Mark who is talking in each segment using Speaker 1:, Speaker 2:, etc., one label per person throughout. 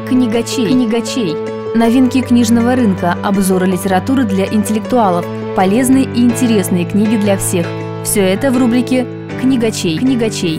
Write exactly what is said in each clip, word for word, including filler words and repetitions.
Speaker 1: Книгачей. Книгачей. Новинки книжного рынка, обзоры литературы для интеллектуалов, полезные и интересные книги для всех. Все это в рубрике «Книгачей». Книгачей.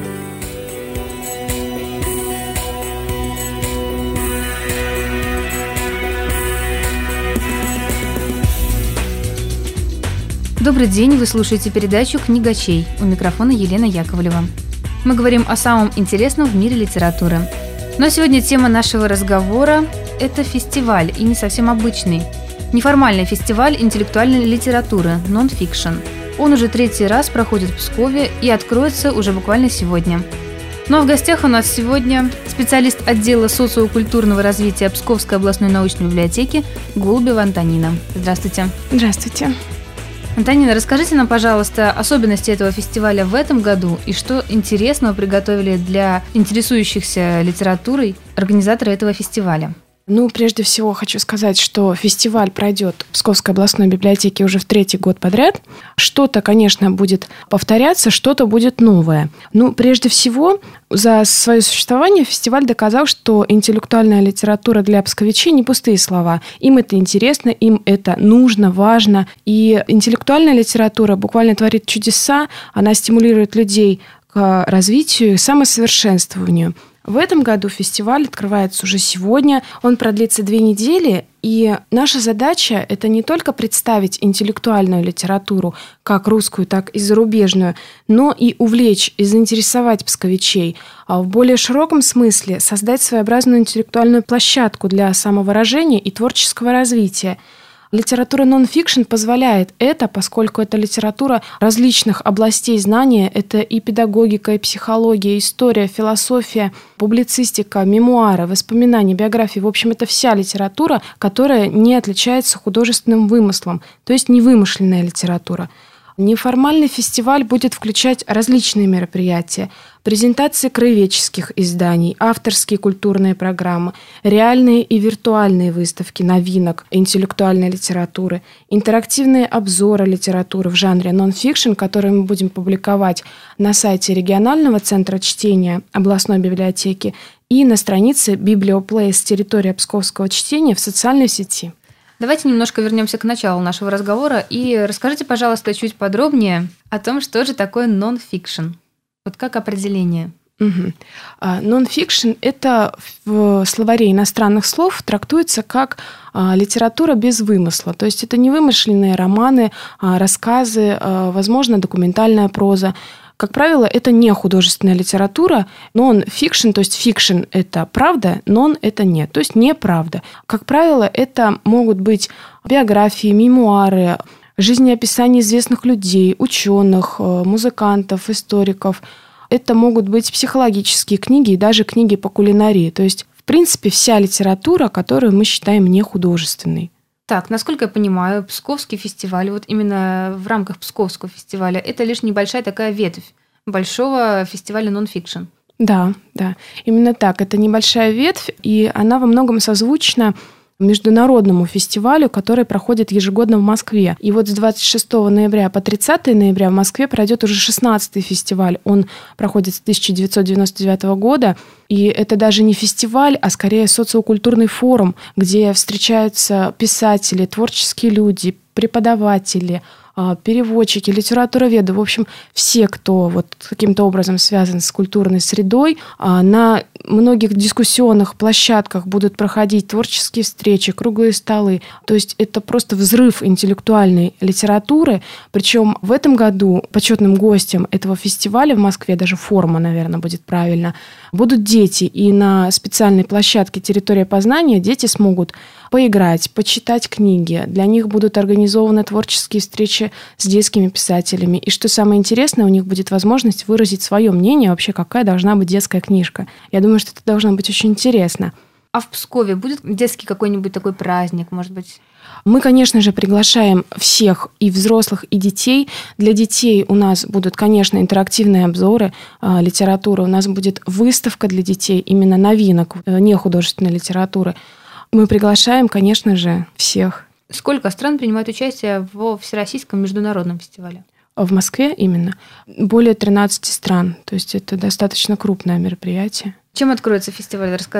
Speaker 1: Добрый день, вы слушаете передачу «Книгачей». У микрофона Елена Яковлева. Мы говорим о самом интересном в мире литературы. Но сегодня тема нашего разговора – это фестиваль, и не совсем обычный. Неформальный фестиваль интеллектуальной литературы «Нон-фикшн». Он уже третий раз проходит в Пскове и откроется уже буквально сегодня. Ну а в гостях у нас сегодня специалист отдела социокультурного развития Псковской областной научной библиотеки Голубева Антонина. Здравствуйте.
Speaker 2: Здравствуйте.
Speaker 1: Антонина, расскажите нам, пожалуйста, особенности этого фестиваля в этом году и что интересного приготовили для интересующихся литературой организаторы этого фестиваля.
Speaker 2: Ну, прежде всего хочу сказать, что фестиваль пройдет в Псковской областной библиотеке уже в третий год подряд. Что-то, конечно, будет повторяться, что-то будет новое. Ну, прежде всего, за свое существование фестиваль доказал, что интеллектуальная литература для псковичей не пустые слова. Им это интересно, им это нужно, важно. И интеллектуальная литература буквально творит чудеса, она стимулирует людей к развитию и самосовершенствованию. В этом году фестиваль открывается уже сегодня, он продлится две недели, и наша задача – это не только представить интеллектуальную литературу, как русскую, так и зарубежную, но и увлечь и заинтересовать псковичей, а в более широком смысле создать своеобразную интеллектуальную площадку для самовыражения и творческого развития. Литература нон-фикшн позволяет это, поскольку это литература различных областей знания. Это и педагогика, и психология, и история, философия, публицистика, мемуары, воспоминания, биографии. В общем, это вся литература, которая не отличается художественным вымыслом, то есть невымышленная литература. Неформальный фестиваль будет включать различные мероприятия: презентации краеведческих изданий, авторские культурные программы, реальные и виртуальные выставки новинок интеллектуальной литературы, интерактивные обзоры литературы в жанре нон-фикшн, которые мы будем публиковать на сайте регионального центра чтения областной библиотеки и на странице Библиоплейс «Территория псковского чтения» в социальной сети.
Speaker 1: Давайте немножко вернемся к началу нашего разговора и расскажите, пожалуйста, чуть подробнее о том, что же такое нон-фикшн. Вот как определение?
Speaker 2: Угу. Нон-фикшн – это в словаре иностранных слов трактуется как литература без вымысла. То есть это не вымышленные романы, рассказы, возможно, документальная проза. Как правило, это не художественная литература. Нон-фикшн, то есть фикшн – это правда, нон – это нет, то есть неправда. Как правило, это могут быть биографии, мемуары, жизнеописания известных людей, ученых, музыкантов, историков. Это могут быть психологические книги и даже книги по кулинарии. То есть, в принципе, вся литература, которую мы считаем нехудожественной.
Speaker 1: Так, насколько я понимаю, Псковский фестиваль, вот именно в рамках Псковского фестиваля, это лишь небольшая такая ветвь большого фестиваля нон-фикшн.
Speaker 2: Да, да, именно так. Это небольшая ветвь, и она во многом созвучна международному фестивалю, который проходит ежегодно в Москве. И вот с двадцать шестого ноября по тридцатого ноября в Москве пройдет уже шестнадцатый фестиваль. Он проходит с тысяча девятьсот девяносто девятого года. И это даже не фестиваль, а скорее социокультурный форум, где встречаются писатели, творческие люди, преподаватели, переводчики, литературоведы, в общем, все, кто вот каким-то образом связан с культурной средой. На многих дискуссионных площадках будут проходить творческие встречи, круглые столы. То есть это просто взрыв интеллектуальной литературы. Причем в этом году почетным гостем этого фестиваля в Москве, даже форума, наверное, будет правильно, будут дети. И на специальной площадке «Территория познания» дети смогут поиграть, почитать книги. Для них будут организованы творческие встречи с детскими писателями. И что самое интересное, у них будет возможность выразить свое мнение вообще, какая должна быть детская книжка. Я думаю, что это должно быть очень интересно.
Speaker 1: А в Пскове будет детский какой-нибудь такой праздник, может быть?
Speaker 2: Мы, конечно же, приглашаем всех, и взрослых, и детей. Для детей у нас будут, конечно, интерактивные обзоры э, литературы. У нас будет выставка для детей, именно новинок, э, не художественной литературы. Мы приглашаем, конечно же, всех.
Speaker 1: Сколько стран принимают участие во Всероссийском международном фестивале?
Speaker 2: В Москве именно более тринадцати стран. То есть это достаточно крупное мероприятие.
Speaker 1: Чем откроется фестиваль, расскажите.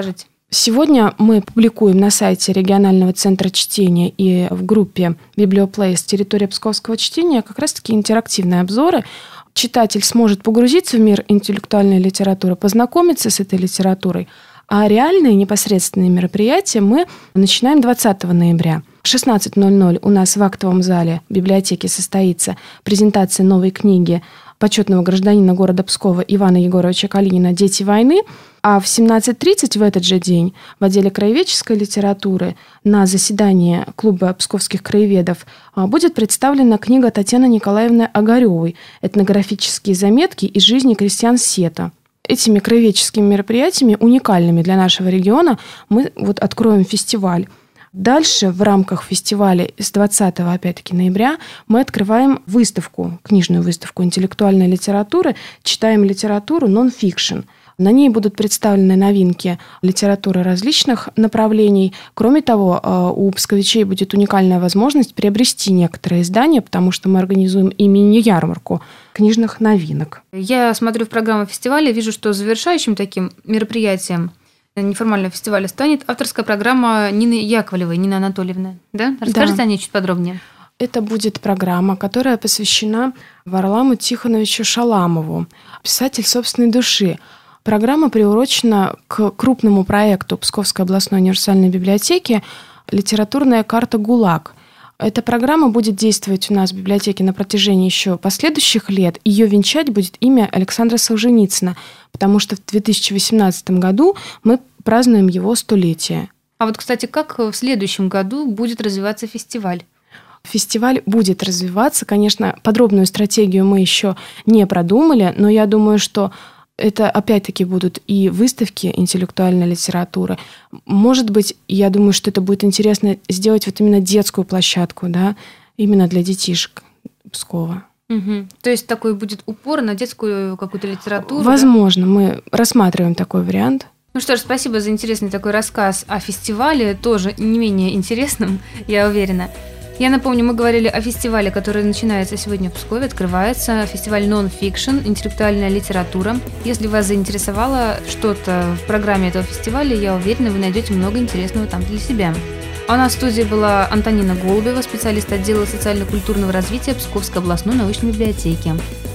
Speaker 2: Сегодня мы публикуем на сайте регионального центра чтения и в группе «Библиоплейс. Территория псковского чтения» как раз-таки интерактивные обзоры. Читатель сможет погрузиться в мир интеллектуальной литературы, познакомиться с этой литературой. А реальные непосредственные мероприятия мы начинаем двадцатого ноября. В шестнадцать ноль ноль у нас в актовом зале библиотеки состоится презентация новой книги почетного гражданина города Пскова Ивана Егоровича Калинина «Дети войны». А в семнадцать тридцать в этот же день в отделе краеведческой литературы на заседании клуба псковских краеведов будет представлена книга Татьяны Николаевны Огаревой «Этнографические заметки из жизни крестьян Сета». Этими краеведческими мероприятиями, уникальными для нашего региона, мы вот откроем фестиваль. Дальше в рамках фестиваля с двадцатого, опять-таки, ноября мы открываем выставку, книжную выставку интеллектуальной литературы «Читаем литературу нон-фикшн». На ней будут представлены новинки литературы различных направлений. Кроме того, у псковичей будет уникальная возможность приобрести некоторые издания, потому что мы организуем и мини-ярмарку книжных новинок.
Speaker 1: Я смотрю в программу фестиваля, вижу, что завершающим таким мероприятием неформального фестиваля станет авторская программа Нины Яковлевой, Нины Анатольевны. Да? Расскажите
Speaker 2: да.
Speaker 1: о ней чуть подробнее.
Speaker 2: Это будет программа, которая посвящена Варламу Тихоновичу Шаламову, писатель собственной души. Программа приурочена к крупному проекту Псковской областной универсальной библиотеки «Литературная карта ГУЛАГ». Эта программа будет действовать у нас в библиотеке на протяжении еще последующих лет. Ее венчать будет имя Александра Солженицына, потому что в две тысячи восемнадцатом году мы празднуем его столетие.
Speaker 1: А вот, кстати, как в следующем году будет развиваться фестиваль?
Speaker 2: Фестиваль будет развиваться. Конечно, подробную стратегию мы еще не продумали, но я думаю, что это, опять-таки, будут и выставки интеллектуальной литературы. Может быть, я думаю, что это будет интересно сделать вот именно детскую площадку, да, именно для детишек Пскова.
Speaker 1: Угу. То есть такой будет упор на детскую какую-то литературу?
Speaker 2: Возможно, да? Мы рассматриваем такой вариант.
Speaker 1: Ну что ж, спасибо за интересный такой рассказ о фестивале, тоже не менее интересным, я уверена. Я напомню, мы говорили о фестивале, который начинается сегодня в Пскове, открывается фестиваль «Нон-фикшн. Интеллектуальная литература». Если вас заинтересовало что-то в программе этого фестиваля, я уверена, вы найдете много интересного там для себя. А у нас в студии была Антонина Голубева, специалист отдела социально-культурного развития Псковской областной научной библиотеки.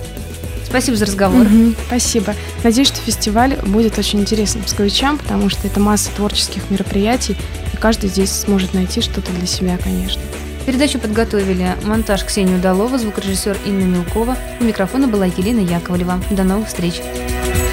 Speaker 1: Спасибо за разговор.
Speaker 2: Угу, спасибо. Надеюсь, что фестиваль будет очень интересным псковичам, потому что это масса творческих мероприятий, и каждый здесь сможет найти что-то для себя, конечно.
Speaker 1: Передачу подготовили монтаж Ксения Удалова, звукорежиссер Инна Милкова. У микрофона была Елена Яковлева. До новых встреч!